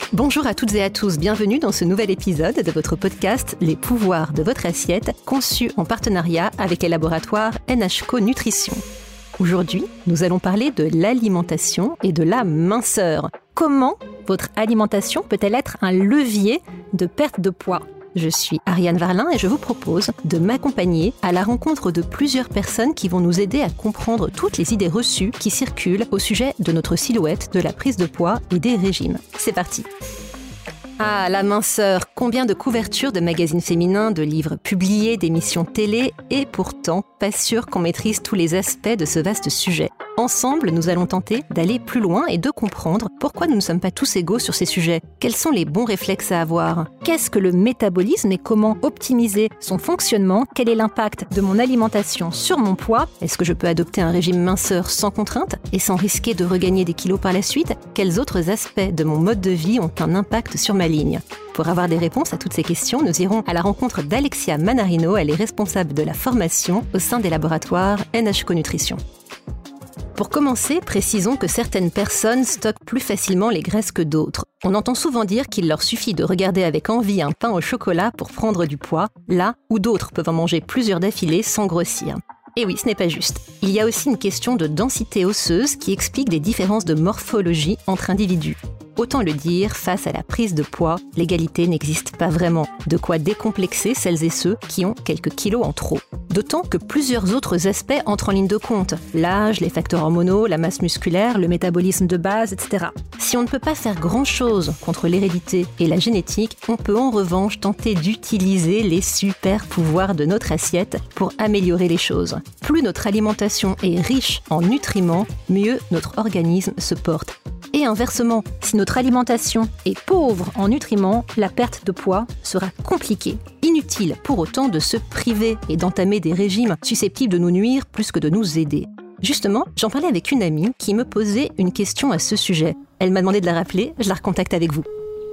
Bonjour à toutes et à tous, bienvenue dans ce nouvel épisode de votre podcast Les pouvoirs de votre assiette, conçu en partenariat avec les laboratoires NHCO Nutrition. Aujourd'hui, nous allons parler de l'alimentation et de la minceur. Comment votre alimentation peut-elle être un levier de perte de poids ? Je suis Ariane Varlin et je vous propose de m'accompagner à la rencontre de plusieurs personnes qui vont nous aider à comprendre toutes les idées reçues qui circulent au sujet de notre silhouette, de la prise de poids et des régimes. C'est parti! Ah, la minceur, combien de couvertures de magazines féminins, de livres publiés, d'émissions télé, et pourtant, pas sûr qu'on maîtrise tous les aspects de ce vaste sujet. Ensemble, nous allons tenter d'aller plus loin et de comprendre pourquoi nous ne sommes pas tous égaux sur ces sujets. Quels sont les bons réflexes à avoir ? Qu'est-ce que le métabolisme et comment optimiser son fonctionnement ? Quel est l'impact de mon alimentation sur mon poids ? Est-ce que je peux adopter un régime minceur sans contrainte et sans risquer de regagner des kilos par la suite ? Quels autres aspects de mon mode de vie ont un impact sur ma ligne ? Pour avoir des réponses à toutes ces questions, nous irons à la rencontre d'Alexia Manarino. Elle est responsable de la formation au sein des laboratoires NHCO Nutrition. Pour commencer, précisons que certaines personnes stockent plus facilement les graisses que d'autres. On entend souvent dire qu'il leur suffit de regarder avec envie un pain au chocolat pour prendre du poids, là où d'autres peuvent en manger plusieurs d'affilée sans grossir. Et oui, ce n'est pas juste. Il y a aussi une question de densité osseuse qui explique des différences de morphologie entre individus. Autant le dire, face à la prise de poids, l'égalité n'existe pas vraiment. De quoi décomplexer celles et ceux qui ont quelques kilos en trop. D'autant que plusieurs autres aspects entrent en ligne de compte. L'âge, les facteurs hormonaux, la masse musculaire, le métabolisme de base, etc. Si on ne peut pas faire grand-chose contre l'hérédité et la génétique, on peut en revanche tenter d'utiliser les super pouvoirs de notre assiette pour améliorer les choses. Plus notre alimentation est riche en nutriments, mieux notre organisme se porte. Et inversement, si notre alimentation est pauvre en nutriments, la perte de poids sera compliquée. Inutile pour autant de se priver et d'entamer des régimes susceptibles de nous nuire plus que de nous aider. Justement, j'en parlais avec une amie qui me posait une question à ce sujet. Elle m'a demandé de la rappeler, je la recontacte avec vous.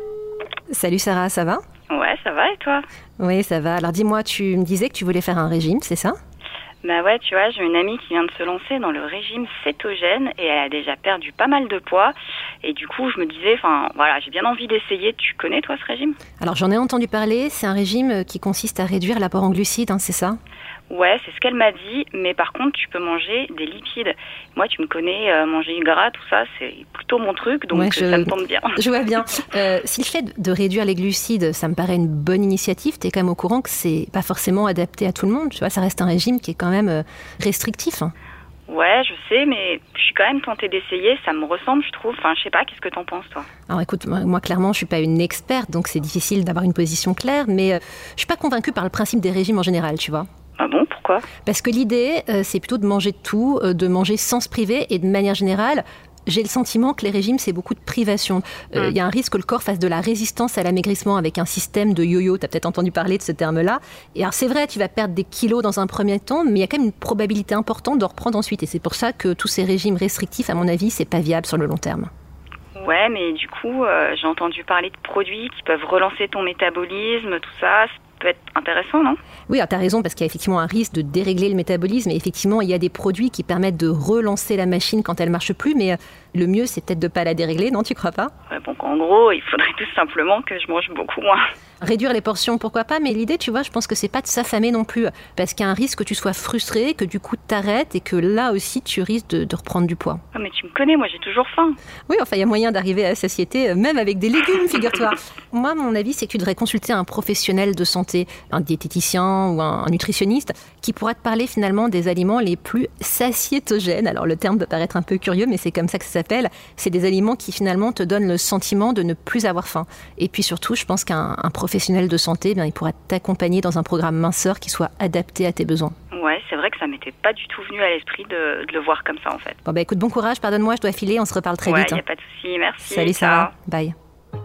Salut Sarah, ça va ? Ouais, ça va et toi ? Oui, ça va. Alors dis-moi, tu me disais que tu voulais faire un régime, c'est ça ? Bah ouais, tu vois, j'ai une amie qui vient de se lancer dans le régime cétogène et elle a déjà perdu pas mal de poids. Et du coup, je me disais, j'ai bien envie d'essayer. Tu connais, toi, ce régime ? Alors, j'en ai entendu parler. C'est un régime qui consiste à réduire l'apport en glucides, c'est ça ? Ouais, c'est ce qu'elle m'a dit. Mais par contre, tu peux manger des lipides. Moi, tu me connais, manger gras, tout ça, c'est plutôt mon truc. Donc, ouais, ça me tente bien. Je vois bien. Si le fait de réduire les glucides, ça me paraît une bonne initiative, t'es quand même au courant que c'est pas forcément adapté à tout le monde. Tu vois, ça reste un régime qui est quand même restrictif. Ouais, je sais, mais je suis quand même tentée d'essayer. Ça me ressemble, je trouve. Je sais pas, qu'est-ce que t'en penses, toi ? Alors écoute, moi clairement, je suis pas une experte, donc c'est difficile d'avoir une position claire, mais je suis pas convaincue par le principe des régimes en général, tu vois. Ah bon, pourquoi ? Parce que l'idée, c'est plutôt de manger tout, de manger sans se priver, et de manière générale, j'ai le sentiment que les régimes, c'est beaucoup de privation. Il y a un risque que le corps fasse de la résistance à l'amaigrissement avec un système de yo-yo. Tu as peut-être entendu parler de ce terme-là. Et alors, c'est vrai, tu vas perdre des kilos dans un premier temps, mais il y a quand même une probabilité importante de reprendre ensuite. Et c'est pour ça que tous ces régimes restrictifs, à mon avis, c'est pas viable sur le long terme. Ouais, mais du coup, j'ai entendu parler de produits qui peuvent relancer ton métabolisme, tout ça. Peut être intéressant, non ? Oui, tu as raison, parce qu'il y a effectivement un risque de dérégler le métabolisme. Et effectivement, il y a des produits qui permettent de relancer la machine quand elle ne marche plus. Mais le mieux, c'est peut-être de ne pas la dérégler, non ? Tu crois pas ? Ouais, donc en gros, il faudrait tout simplement que je mange beaucoup moins. Réduire les portions, pourquoi pas, mais l'idée, tu vois, je pense que c'est pas de s'affamer non plus, parce qu'il y a un risque que tu sois frustré, que du coup t'arrêtes et que là aussi tu risques de reprendre du poids. Oh, mais tu me connais, moi j'ai toujours faim. Oui, enfin il y a moyen d'arriver à la satiété, même avec des légumes, figure-toi. Moi, mon avis, c'est que tu devrais consulter un professionnel de santé, un diététicien ou un nutritionniste, qui pourra te parler finalement des aliments les plus satiétogènes. Alors le terme peut paraître un peu curieux, mais c'est comme ça que ça s'appelle. C'est des aliments qui finalement te donnent le sentiment de ne plus avoir faim. Et puis surtout, je pense qu'un professionnel de santé, il pourra t'accompagner dans un programme minceur qui soit adapté à tes besoins. Ouais, c'est vrai que ça m'était pas du tout venu à l'esprit de le voir comme ça en fait. Bon écoute, bon courage, pardonne-moi, je dois filer, on se reparle très vite. Ouais, y a pas de souci, merci. Salut Sarah, bye.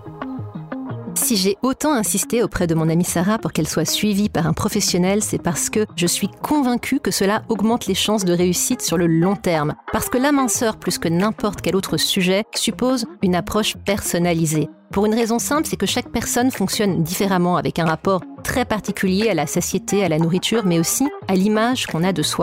Si j'ai autant insisté auprès de mon amie Sarah pour qu'elle soit suivie par un professionnel, c'est parce que je suis convaincue que cela augmente les chances de réussite sur le long terme. Parce que la minceur, plus que n'importe quel autre sujet, suppose une approche personnalisée. Pour une raison simple, c'est que chaque personne fonctionne différemment, avec un rapport très particulier à la satiété, à la nourriture, mais aussi à l'image qu'on a de soi.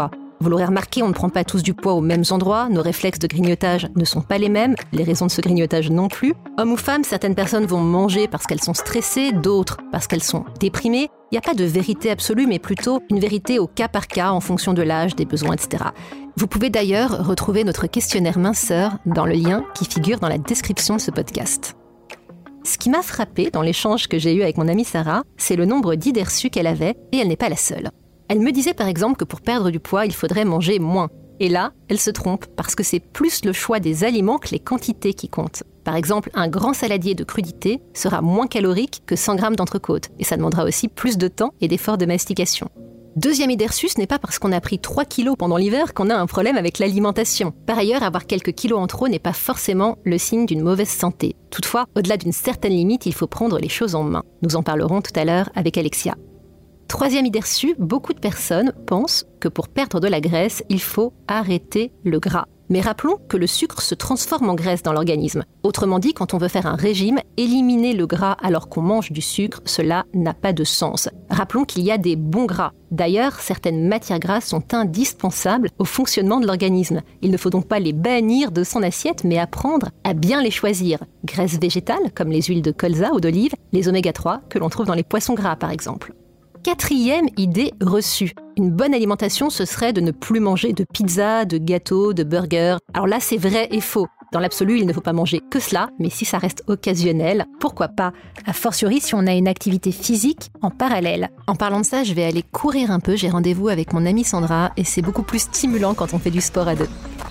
Vous l'aurez remarqué, on ne prend pas tous du poids aux mêmes endroits, nos réflexes de grignotage ne sont pas les mêmes, les raisons de ce grignotage non plus. Hommes ou femmes, certaines personnes vont manger parce qu'elles sont stressées, d'autres parce qu'elles sont déprimées. Il n'y a pas de vérité absolue, mais plutôt une vérité au cas par cas en fonction de l'âge, des besoins, etc. Vous pouvez d'ailleurs retrouver notre questionnaire minceur dans le lien qui figure dans la description de ce podcast. Ce qui m'a frappé dans l'échange que j'ai eu avec mon amie Sarah, c'est le nombre d'idées reçues qu'elle avait, et elle n'est pas la seule. Elle me disait par exemple que pour perdre du poids, il faudrait manger moins. Et là, elle se trompe parce que c'est plus le choix des aliments que les quantités qui comptent. Par exemple, un grand saladier de crudités sera moins calorique que 100 grammes d'entrecôte, et ça demandera aussi plus de temps et d'efforts de mastication. Deuxième idée reçue, ce n'est pas parce qu'on a pris 3 kilos pendant l'hiver qu'on a un problème avec l'alimentation. Par ailleurs, avoir quelques kilos en trop n'est pas forcément le signe d'une mauvaise santé. Toutefois, au-delà d'une certaine limite, il faut prendre les choses en main. Nous en parlerons tout à l'heure avec Alexia. Troisième idée reçue, beaucoup de personnes pensent que pour perdre de la graisse, il faut arrêter le gras. Mais rappelons que le sucre se transforme en graisse dans l'organisme. Autrement dit, quand on veut faire un régime, éliminer le gras alors qu'on mange du sucre, cela n'a pas de sens. Rappelons qu'il y a des bons gras. D'ailleurs, certaines matières grasses sont indispensables au fonctionnement de l'organisme. Il ne faut donc pas les bannir de son assiette, mais apprendre à bien les choisir. Graisses végétales, comme les huiles de colza ou d'olive, les oméga 3, que l'on trouve dans les poissons gras par exemple. Quatrième idée reçue. Une bonne alimentation, ce serait de ne plus manger de pizza, de gâteaux, de burgers. Alors là, c'est vrai et faux. Dans l'absolu, il ne faut pas manger que cela, mais si ça reste occasionnel, pourquoi pas? A fortiori, si on a une activité physique en parallèle. En parlant de ça, je vais aller courir un peu. J'ai rendez-vous avec mon amie Sandra et c'est beaucoup plus stimulant quand on fait du sport à deux.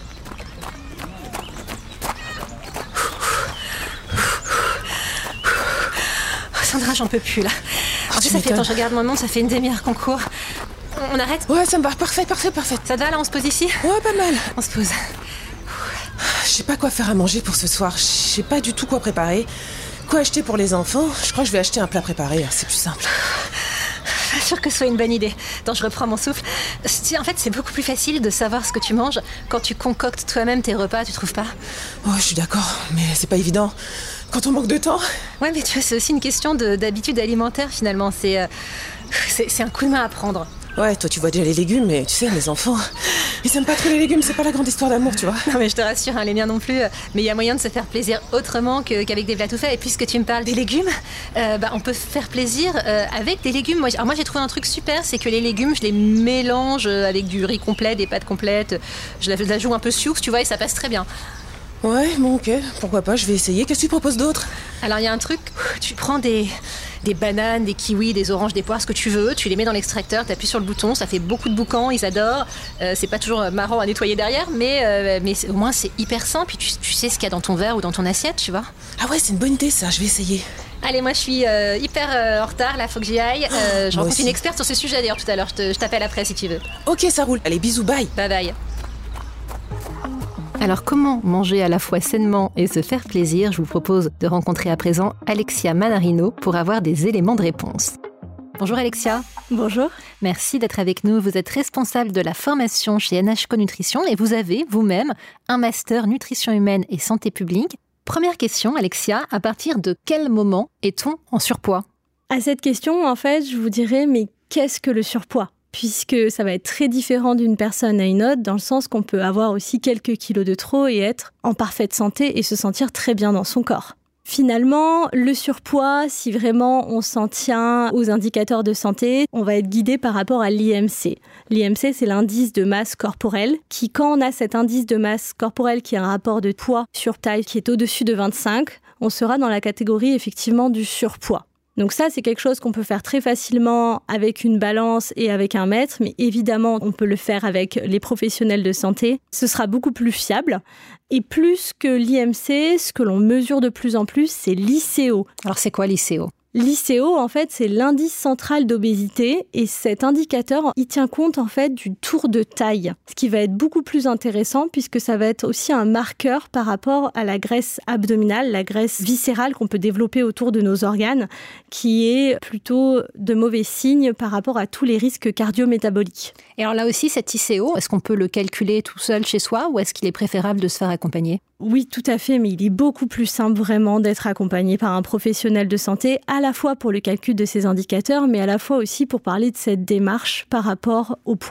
Sandra, j'en peux plus là. En plus, ça fait, attends, je regarde mon montre, ça fait une demi-heure qu'on court. On arrête? Ouais, ça me va, parfait. Ça te va là, on se pose ici? Ouais, pas mal. On se pose. Je sais pas quoi faire à manger pour ce soir, je sais pas du tout quoi préparer. Quoi acheter pour les enfants? Je crois que je vais acheter un plat préparé, c'est plus simple. Pas sûr que ce soit une bonne idée. Attends, je reprends mon souffle. En fait, c'est beaucoup plus facile de savoir ce que tu manges quand tu concoctes toi-même tes repas, tu trouves pas? Oh, je suis d'accord, mais c'est pas évident. Quand on manque de temps. Ouais, mais tu vois, c'est aussi une question d'habitude alimentaire finalement. C'est un coup de main à prendre. Ouais, toi tu vois déjà les légumes, mais tu sais, mes enfants, ils aiment pas trop les légumes, c'est pas la grande histoire d'amour, tu vois. Non mais je te rassure, les miens non plus, mais il y a moyen de se faire plaisir autrement qu'avec des plats tout faits. Et puisque tu me parles des légumes, on peut faire plaisir avec des légumes. Moi j'ai trouvé un truc super, c'est que les légumes, je les mélange avec du riz complet, des pâtes complètes, je la joue un peu sioux, tu vois, et ça passe très bien. Ouais, bon ok, pourquoi pas, je vais essayer. Qu'est-ce que tu proposes d'autre? Alors il y a un truc, tu prends des bananes, des kiwis, des oranges, des poires, ce que tu veux, tu les mets dans l'extracteur, t'appuies sur le bouton, ça fait beaucoup de boucans, ils adorent. C'est pas toujours marrant à nettoyer derrière, mais au moins c'est hyper simple, puis tu sais ce qu'il y a dans ton verre ou dans ton assiette, tu vois. Ah ouais, c'est une bonne idée ça, je vais essayer. Allez, moi je suis hyper en retard, là faut que j'y aille. Je rencontre une experte sur ce sujet d'ailleurs tout à l'heure, je t'appelle après si tu veux. Ok, ça roule, allez bisous, bye. Bye bye. Alors comment manger à la fois sainement et se faire plaisir? Je vous propose de rencontrer à présent Alexia Manarino pour avoir des éléments de réponse. Bonjour Alexia. Bonjour. Merci d'être avec nous. Vous êtes responsable de la formation chez NHCO Nutrition et vous avez vous-même un master nutrition humaine et santé publique. Première question Alexia, à partir de quel moment est-on en surpoids? À cette question, en fait, je vous dirais, mais qu'est-ce que le surpoids ? Puisque ça va être très différent d'une personne à une autre, dans le sens qu'on peut avoir aussi quelques kilos de trop et être en parfaite santé et se sentir très bien dans son corps. Finalement, le surpoids, si vraiment on s'en tient aux indicateurs de santé, on va être guidé par rapport à l'IMC. L'IMC, c'est l'indice de masse corporelle, qui, quand on a cet indice de masse corporelle qui a un rapport de poids sur taille qui est au-dessus de 25, on sera dans la catégorie effectivement du surpoids. Donc ça, c'est quelque chose qu'on peut faire très facilement avec une balance et avec un mètre, mais évidemment, on peut le faire avec les professionnels de santé. Ce sera beaucoup plus fiable. Et plus que l'IMC, ce que l'on mesure de plus en plus, c'est l'ICO. Alors c'est quoi l'ICO ? L'ICO, en fait, c'est l'indice central d'obésité et cet indicateur, il tient compte, en fait, du tour de taille. Ce qui va être beaucoup plus intéressant puisque ça va être aussi un marqueur par rapport à la graisse abdominale, la graisse viscérale qu'on peut développer autour de nos organes, qui est plutôt de mauvais signe par rapport à tous les risques cardio-métaboliques. Et alors là aussi, cet ICO, est-ce qu'on peut le calculer tout seul chez soi ou est-ce qu'il est préférable de se faire accompagner ? Oui, tout à fait, mais il est beaucoup plus simple vraiment d'être accompagné par un professionnel de santé, à la fois pour le calcul de ces indicateurs, mais à la fois aussi pour parler de cette démarche par rapport au poids.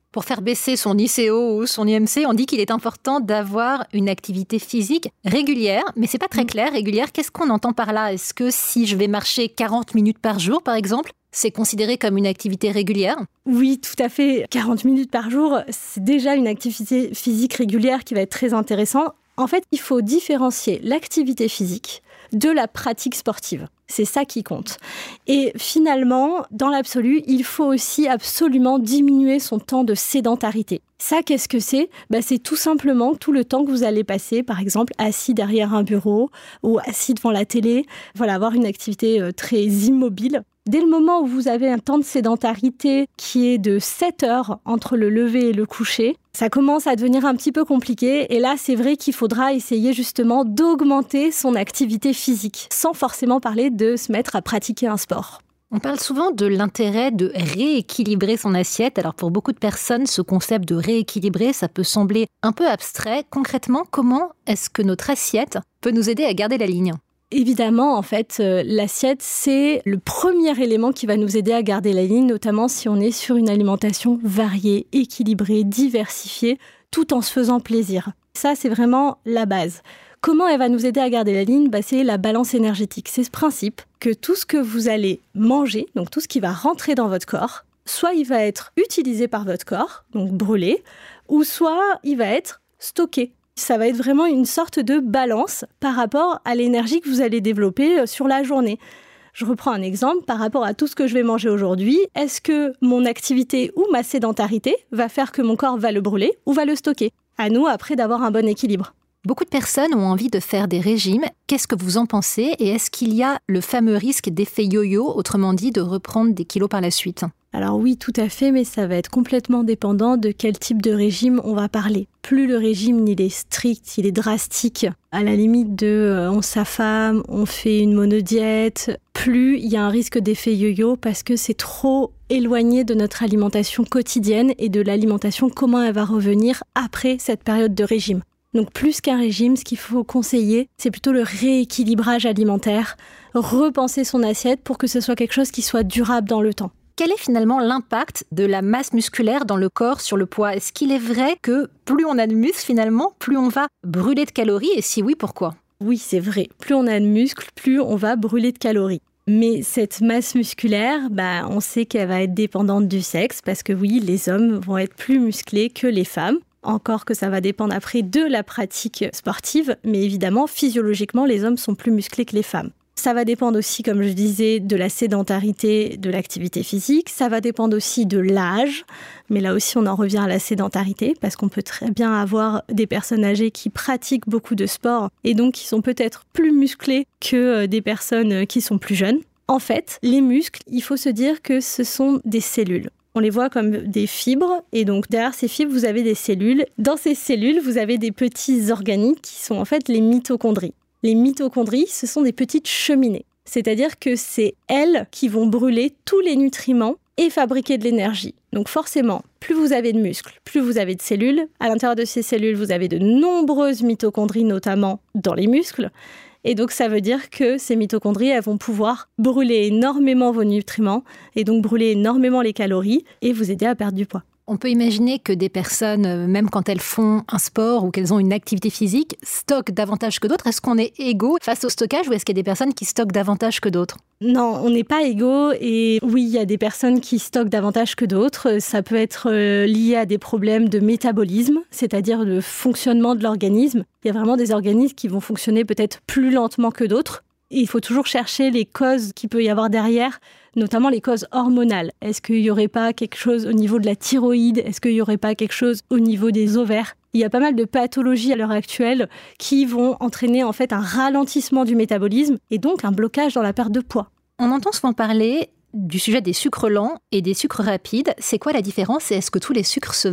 Pour faire baisser son ICO ou son IMC, on dit qu'il est important d'avoir une activité physique régulière, mais c'est pas très clair. Régulière, qu'est-ce qu'on entend par là? Est-ce que si je vais marcher 40 minutes par jour, par exemple, c'est considéré comme une activité régulière? Oui, tout à fait. 40 minutes par jour, c'est déjà une activité physique régulière qui va être très intéressante. En fait, il faut différencier l'activité physique de la pratique sportive. C'est ça qui compte. Et finalement, dans l'absolu, il faut aussi absolument diminuer son temps de sédentarité. Ça, qu'est-ce que c'est? C'est tout simplement tout le temps que vous allez passer, par exemple, assis derrière un bureau ou assis devant la télé. Voilà, avoir une activité très immobile. Dès le moment où vous avez un temps de sédentarité qui est de 7 heures entre le lever et le coucher, ça commence à devenir un petit peu compliqué. Et là, c'est vrai qu'il faudra essayer justement d'augmenter son activité physique, sans forcément parler de se mettre à pratiquer un sport. On parle souvent de l'intérêt de rééquilibrer son assiette. Alors pour beaucoup de personnes, ce concept de rééquilibrer, ça peut sembler un peu abstrait. Concrètement, comment est-ce que notre assiette peut nous aider à garder la ligne ? Évidemment, en fait, l'assiette, c'est le premier élément qui va nous aider à garder la ligne, notamment si on est sur une alimentation variée, équilibrée, diversifiée, tout en se faisant plaisir. Ça, c'est vraiment la base. Comment elle va nous aider à garder la ligne ? C'est la balance énergétique. C'est ce principe que tout ce que vous allez manger, donc tout ce qui va rentrer dans votre corps, soit il va être utilisé par votre corps, donc brûlé, ou soit il va être stocké. Ça va être vraiment une sorte de balance par rapport à l'énergie que vous allez développer sur la journée. Je reprends un exemple par rapport à tout ce que je vais manger aujourd'hui. Est-ce que mon activité ou ma sédentarité va faire que mon corps va le brûler ou va le stocker ? À nous, après, d'avoir un bon équilibre. Beaucoup de personnes ont envie de faire des régimes. Qu'est-ce que vous en pensez ? Et est-ce qu'il y a le fameux risque d'effet yo-yo, autrement dit de reprendre des kilos par la suite ? Alors oui, tout à fait, mais ça va être complètement dépendant de quel type de régime on va parler. Plus le régime il est strict, il est drastique, à la limite de on s'affame, on fait une monodiète, plus il y a un risque d'effet yo-yo parce que c'est trop éloigné de notre alimentation quotidienne et de l'alimentation, comment elle va revenir après cette période de régime. Donc plus qu'un régime, ce qu'il faut conseiller, c'est plutôt le rééquilibrage alimentaire, repenser son assiette pour que ce soit quelque chose qui soit durable dans le temps. Quel est finalement l'impact de la masse musculaire dans le corps sur le poids ? Est-ce qu'il est vrai que plus on a de muscles finalement, plus on va brûler de calories ? Et si oui, pourquoi ? Oui, c'est vrai. Plus on a de muscles, plus on va brûler de calories. Mais cette masse musculaire, on sait qu'elle va être dépendante du sexe parce que oui, les hommes vont être plus musclés que les femmes. Encore que ça va dépendre après de la pratique sportive, mais évidemment, physiologiquement, les hommes sont plus musclés que les femmes. Ça va dépendre aussi, comme je disais, de la sédentarité, de l'activité physique. Ça va dépendre aussi de l'âge. Mais là aussi, on en revient à la sédentarité parce qu'on peut très bien avoir des personnes âgées qui pratiquent beaucoup de sport et donc qui sont peut-être plus musclées que des personnes qui sont plus jeunes. En fait, les muscles, il faut se dire que ce sont des cellules. On les voit comme des fibres et donc derrière ces fibres, vous avez des cellules. Dans ces cellules, vous avez des petits organites qui sont en fait les mitochondries. Les mitochondries, ce sont des petites cheminées. C'est-à-dire que c'est elles qui vont brûler tous les nutriments et fabriquer de l'énergie. Donc forcément, plus vous avez de muscles, plus vous avez de cellules. À l'intérieur de ces cellules, vous avez de nombreuses mitochondries, notamment dans les muscles. Et donc ça veut dire que ces mitochondries, elles vont pouvoir brûler énormément vos nutriments et donc brûler énormément les calories et vous aider à perdre du poids. On peut imaginer que des personnes, même quand elles font un sport ou qu'elles ont une activité physique, stockent davantage que d'autres. Est-ce qu'on est égaux face au stockage ou est-ce qu'il y a des personnes qui stockent davantage que d'autres ? Non, on n'est pas égaux et oui, il y a des personnes qui stockent davantage que d'autres. Ça peut être lié à des problèmes de métabolisme, c'est-à-dire de fonctionnement de l'organisme. Il y a vraiment des organismes qui vont fonctionner peut-être plus lentement que d'autres. Et il faut toujours chercher les causes qu'il peut y avoir derrière, notamment les causes hormonales. Est-ce qu'il n'y aurait pas quelque chose au niveau de la thyroïde ? Est-ce qu'il n'y aurait pas quelque chose au niveau des ovaires ? Il y a pas mal de pathologies à l'heure actuelle qui vont entraîner en fait un ralentissement du métabolisme et donc un blocage dans la perte de poids. On entend souvent parler du sujet des sucres lents et des sucres rapides. C'est quoi la différence et est-ce que tous les sucres se valent ?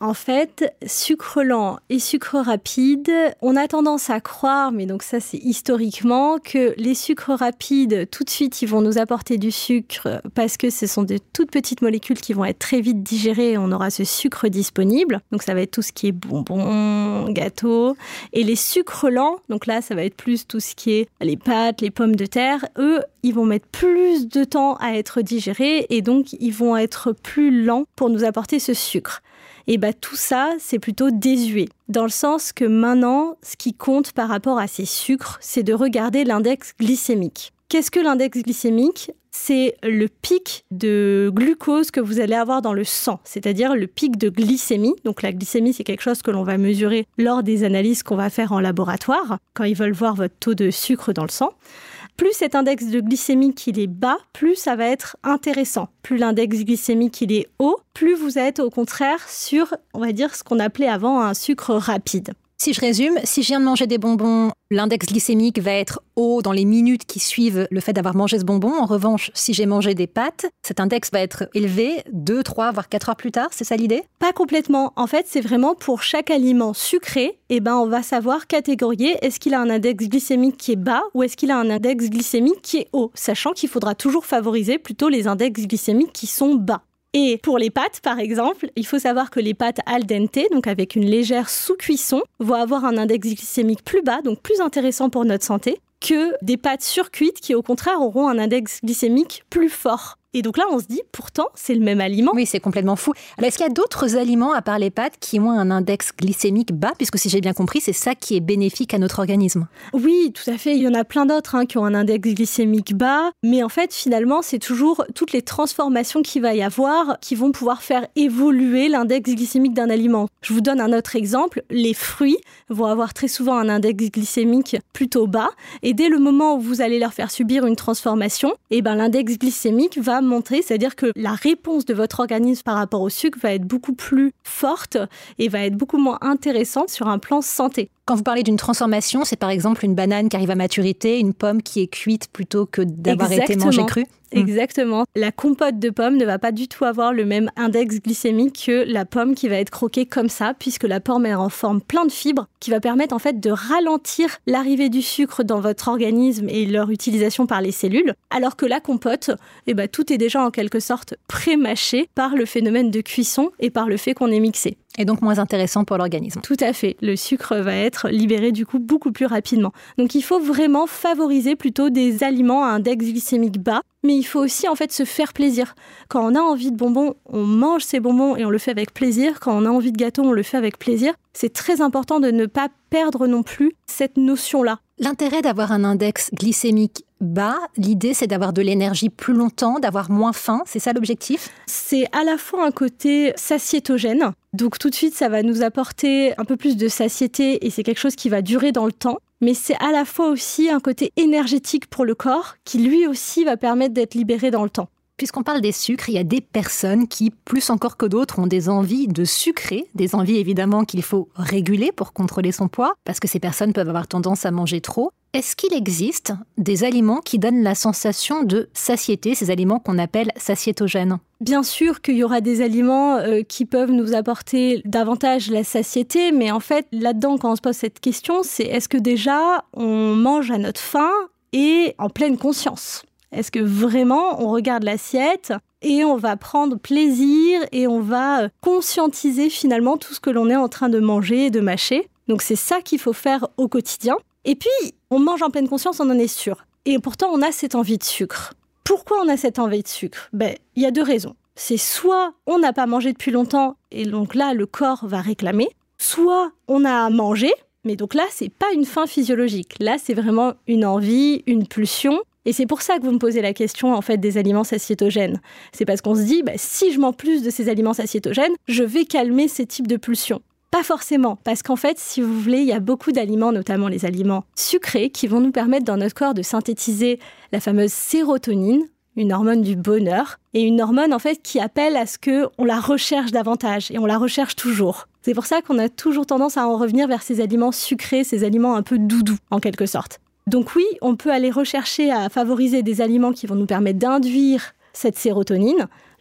En fait, sucre lent et sucre rapide, on a tendance à croire, mais donc ça c'est historiquement, que les sucres rapides, tout de suite, ils vont nous apporter du sucre parce que ce sont de toutes petites molécules qui vont être très vite digérées et on aura ce sucre disponible. Donc ça va être tout ce qui est bonbons, gâteaux. Et les sucres lents, donc là ça va être plus tout ce qui est les pâtes, les pommes de terre, eux, ils vont mettre plus de temps à être digérés et donc ils vont être plus lents pour nous apporter ce sucre. Et tout ça, c'est plutôt désuet. Dans le sens que maintenant, ce qui compte par rapport à ces sucres, c'est de regarder l'index glycémique. Qu'est-ce que l'index glycémique ? C'est le pic de glucose que vous allez avoir dans le sang, c'est-à-dire le pic de glycémie. Donc la glycémie, c'est quelque chose que l'on va mesurer lors des analyses qu'on va faire en laboratoire, quand ils veulent voir votre taux de sucre dans le sang. Plus cet index de glycémique il est bas, plus ça va être intéressant. Plus l'index glycémique il est haut, plus vous êtes au contraire sur, on va dire, ce qu'on appelait avant un sucre rapide. Si je résume, si je viens de manger des bonbons, l'index glycémique va être haut dans les minutes qui suivent le fait d'avoir mangé ce bonbon. En revanche, si j'ai mangé des pâtes, cet index va être élevé 2, 3, voire 4 heures plus tard. C'est ça l'idée ? Pas complètement. En fait, c'est vraiment pour chaque aliment sucré, on va savoir catégorier est-ce qu'il a un index glycémique qui est bas ou est-ce qu'il a un index glycémique qui est haut, sachant qu'il faudra toujours favoriser plutôt les index glycémiques qui sont bas. Et pour les pâtes, par exemple, il faut savoir que les pâtes al dente, donc avec une légère sous-cuisson, vont avoir un index glycémique plus bas, donc plus intéressant pour notre santé, que des pâtes surcuites qui, au contraire, auront un index glycémique plus fort. Et donc là, on se dit, pourtant, c'est le même aliment. Oui, c'est complètement fou. Alors, est-ce qu'il y a d'autres aliments, à part les pâtes, qui ont un index glycémique bas ? Puisque si j'ai bien compris, c'est ça qui est bénéfique à notre organisme. Oui, tout à fait. Il y en a plein d'autres qui ont un index glycémique bas. Mais en fait, finalement, c'est toujours toutes les transformations qu'il va y avoir qui vont pouvoir faire évoluer l'index glycémique d'un aliment. Je vous donne un autre exemple. Les fruits vont avoir très souvent un index glycémique plutôt bas. Et dès le moment où vous allez leur faire subir une transformation, l'index glycémique va monter, c'est-à-dire que la réponse de votre organisme par rapport au sucre va être beaucoup plus forte et va être beaucoup moins intéressante sur un plan santé. Quand vous parlez d'une transformation, c'est par exemple une banane qui arrive à maturité, une pomme qui est cuite plutôt que d'avoir été mangée crue. Exactement. La compote de pomme ne va pas du tout avoir le même index glycémique que la pomme qui va être croquée comme ça, puisque la pomme est en forme plein de fibres qui va permettre en fait de ralentir l'arrivée du sucre dans votre organisme et leur utilisation par les cellules, alors que la compote, tout est déjà en quelque sorte pré-mâché par le phénomène de cuisson et par le fait qu'on est mixé. Et donc moins intéressant pour l'organisme. Tout à fait. Le sucre va être libéré du coup beaucoup plus rapidement. Donc il faut vraiment favoriser plutôt des aliments à index glycémique bas, mais il faut aussi en fait se faire plaisir. Quand on a envie de bonbons, on mange ces bonbons et on le fait avec plaisir. Quand on a envie de gâteau, on le fait avec plaisir. C'est très important de ne pas perdre non plus cette notion-là. L'intérêt d'avoir un index glycémique bas, l'idée c'est d'avoir de l'énergie plus longtemps, d'avoir moins faim, c'est ça l'objectif ? C'est à la fois un côté satiétogène, donc tout de suite ça va nous apporter un peu plus de satiété et c'est quelque chose qui va durer dans le temps, mais c'est à la fois aussi un côté énergétique pour le corps qui lui aussi va permettre d'être libéré dans le temps. Puisqu'on parle des sucres, il y a des personnes qui, plus encore que d'autres, ont des envies de sucrer, des envies évidemment qu'il faut réguler pour contrôler son poids, parce que ces personnes peuvent avoir tendance à manger trop. Est-ce qu'il existe des aliments qui donnent la sensation de satiété, ces aliments qu'on appelle satiétogènes ? Bien sûr qu'il y aura des aliments qui peuvent nous apporter davantage la satiété, mais en fait, là-dedans, quand on se pose cette question, c'est est-ce que déjà on mange à notre faim et en pleine conscience ? Est-ce que vraiment on regarde l'assiette et on va prendre plaisir et on va conscientiser finalement tout ce que l'on est en train de manger et de mâcher ? Donc c'est ça qu'il faut faire au quotidien. Et puis, on mange en pleine conscience, on en est sûr. Et pourtant, on a cette envie de sucre. Pourquoi on a cette envie de sucre ? Il y a deux raisons. C'est soit on n'a pas mangé depuis longtemps et donc là, le corps va réclamer. Soit on a mangé, mais donc là, c'est pas une faim physiologique. Là, c'est vraiment une envie, une pulsion. Et c'est pour ça que vous me posez la question en fait des aliments satiétogènes. C'est parce qu'on se dit, si je mange plus de ces aliments satiétogènes, je vais calmer ces types de pulsions. Pas forcément, parce qu'en fait, si vous voulez, il y a beaucoup d'aliments, notamment les aliments sucrés, qui vont nous permettre dans notre corps de synthétiser la fameuse sérotonine, une hormone du bonheur, et une hormone en fait qui appelle à ce qu'on la recherche davantage, et on la recherche toujours. C'est pour ça qu'on a toujours tendance à en revenir vers ces aliments sucrés, ces aliments un peu doudous, en quelque sorte. Donc oui, on peut aller rechercher à favoriser des aliments qui vont nous permettre d'induire cette sérotonine.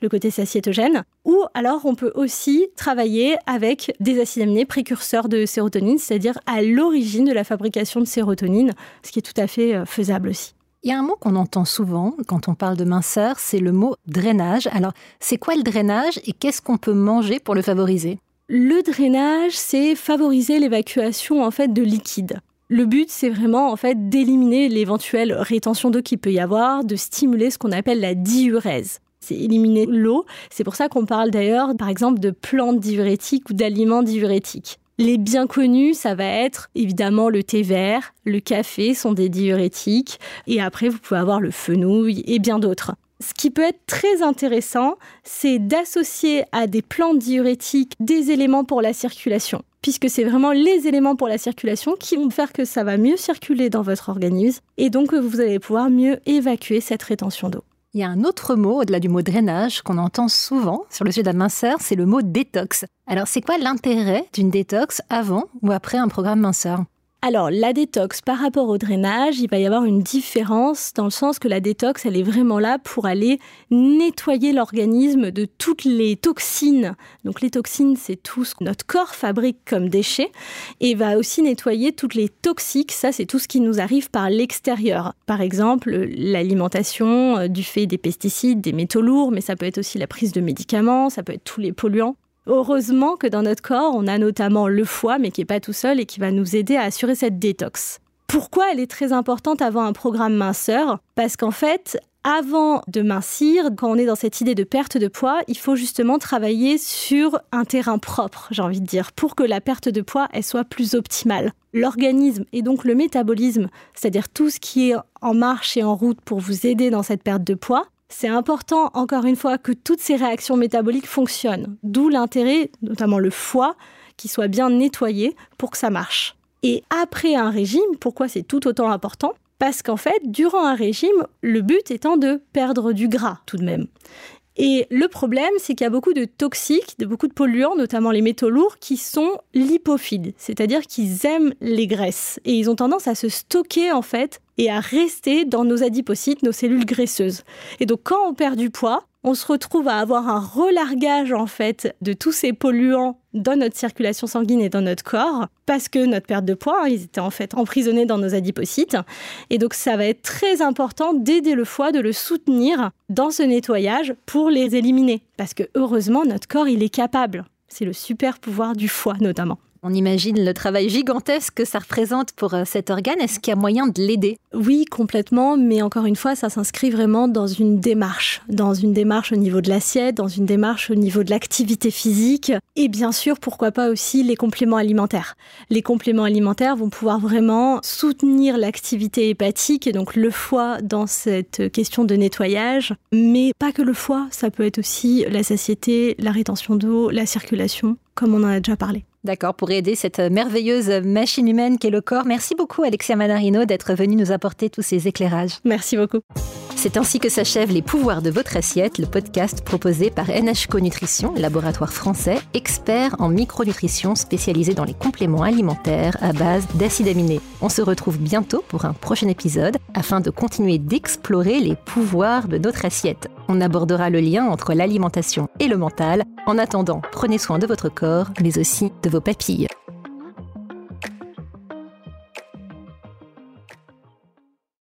le côté satiétogène. Ou alors, on peut aussi travailler avec des acides aminés précurseurs de sérotonine, c'est-à-dire à l'origine de la fabrication de sérotonine, ce qui est tout à fait faisable aussi. Il y a un mot qu'on entend souvent quand on parle de minceur, c'est le mot drainage. Alors, c'est quoi le drainage et qu'est-ce qu'on peut manger pour le favoriser ? Le drainage, c'est favoriser l'évacuation en fait de liquide. Le but, c'est vraiment en fait d'éliminer l'éventuelle rétention d'eau qu'il peut y avoir, de stimuler ce qu'on appelle la diurèse. C'est éliminer l'eau. C'est pour ça qu'on parle d'ailleurs, par exemple, de plantes diurétiques ou d'aliments diurétiques. Les bien connus, ça va être évidemment le thé vert, le café sont des diurétiques, et après vous pouvez avoir le fenouil et bien d'autres. Ce qui peut être très intéressant, c'est d'associer à des plantes diurétiques des éléments pour la circulation, puisque c'est vraiment les éléments pour la circulation qui vont faire que ça va mieux circuler dans votre organisme, et donc vous allez pouvoir mieux évacuer cette rétention d'eau. Il y a un autre mot, au-delà du mot drainage, qu'on entend souvent sur le sujet de la minceur, c'est le mot détox. Alors, c'est quoi l'intérêt d'une détox avant ou après un programme minceur ? Alors, la détox par rapport au drainage, il va y avoir une différence dans le sens que la détox, elle est vraiment là pour aller nettoyer l'organisme de toutes les toxines. Donc, les toxines, c'est tout ce que notre corps fabrique comme déchets et va aussi nettoyer toutes les toxiques. Ça, c'est tout ce qui nous arrive par l'extérieur. Par exemple, l'alimentation du fait des pesticides, des métaux lourds, mais ça peut être aussi la prise de médicaments, ça peut être tous les polluants. Heureusement que dans notre corps, on a notamment le foie, mais qui n'est pas tout seul et qui va nous aider à assurer cette détox. Pourquoi elle est très importante avant un programme minceur ? Parce qu'en fait, avant de mincir, quand on est dans cette idée de perte de poids, il faut justement travailler sur un terrain propre, j'ai envie de dire, pour que la perte de poids elle soit plus optimale. L'organisme et donc le métabolisme, c'est-à-dire tout ce qui est en marche et en route pour vous aider dans cette perte de poids, c'est important, encore une fois, que toutes ces réactions métaboliques fonctionnent. D'où l'intérêt, notamment le foie, qui soit bien nettoyé pour que ça marche. Et après un régime, pourquoi c'est tout autant important ? Parce qu'en fait, durant un régime, le but étant de perdre du gras tout de même. Et le problème, c'est qu'il y a beaucoup de toxiques, beaucoup de polluants, notamment les métaux lourds, qui sont lipophiles, c'est-à-dire qu'ils aiment les graisses. Et ils ont tendance à se stocker, en fait, et à rester dans nos adipocytes, nos cellules graisseuses. Et donc, quand on perd du poids, on se retrouve à avoir un relargage, en fait, de tous ces polluants dans notre circulation sanguine et dans notre corps, parce que notre perte de poids, ils étaient en fait emprisonnés dans nos adipocytes. Et donc, ça va être très important d'aider le foie, de le soutenir dans ce nettoyage pour les éliminer. Parce que, heureusement, notre corps, il est capable. C'est le super pouvoir du foie, notamment. On imagine le travail gigantesque que ça représente pour cet organe. Est-ce qu'il y a moyen de l'aider ? Oui, complètement. Mais encore une fois, ça s'inscrit vraiment dans une démarche. Dans une démarche au niveau de l'assiette, dans une démarche au niveau de l'activité physique. Et bien sûr, pourquoi pas aussi les compléments alimentaires. Les compléments alimentaires vont pouvoir vraiment soutenir l'activité hépatique et donc le foie dans cette question de nettoyage. Mais pas que le foie, ça peut être aussi la satiété, la rétention d'eau, la circulation, comme on en a déjà parlé. D'accord, pour aider cette merveilleuse machine humaine qu'est le corps. Merci beaucoup Alexia Manarino d'être venue nous apporter tous ces éclairages. Merci beaucoup. C'est ainsi que s'achève Les pouvoirs de votre assiette, le podcast proposé par NHCO Nutrition, laboratoire français, expert en micronutrition spécialisé dans les compléments alimentaires à base d'acides aminés. On se retrouve bientôt pour un prochain épisode afin de continuer d'explorer les pouvoirs de notre assiette. On abordera le lien entre l'alimentation et le mental. En attendant, prenez soin de votre corps, mais aussi de vos papilles.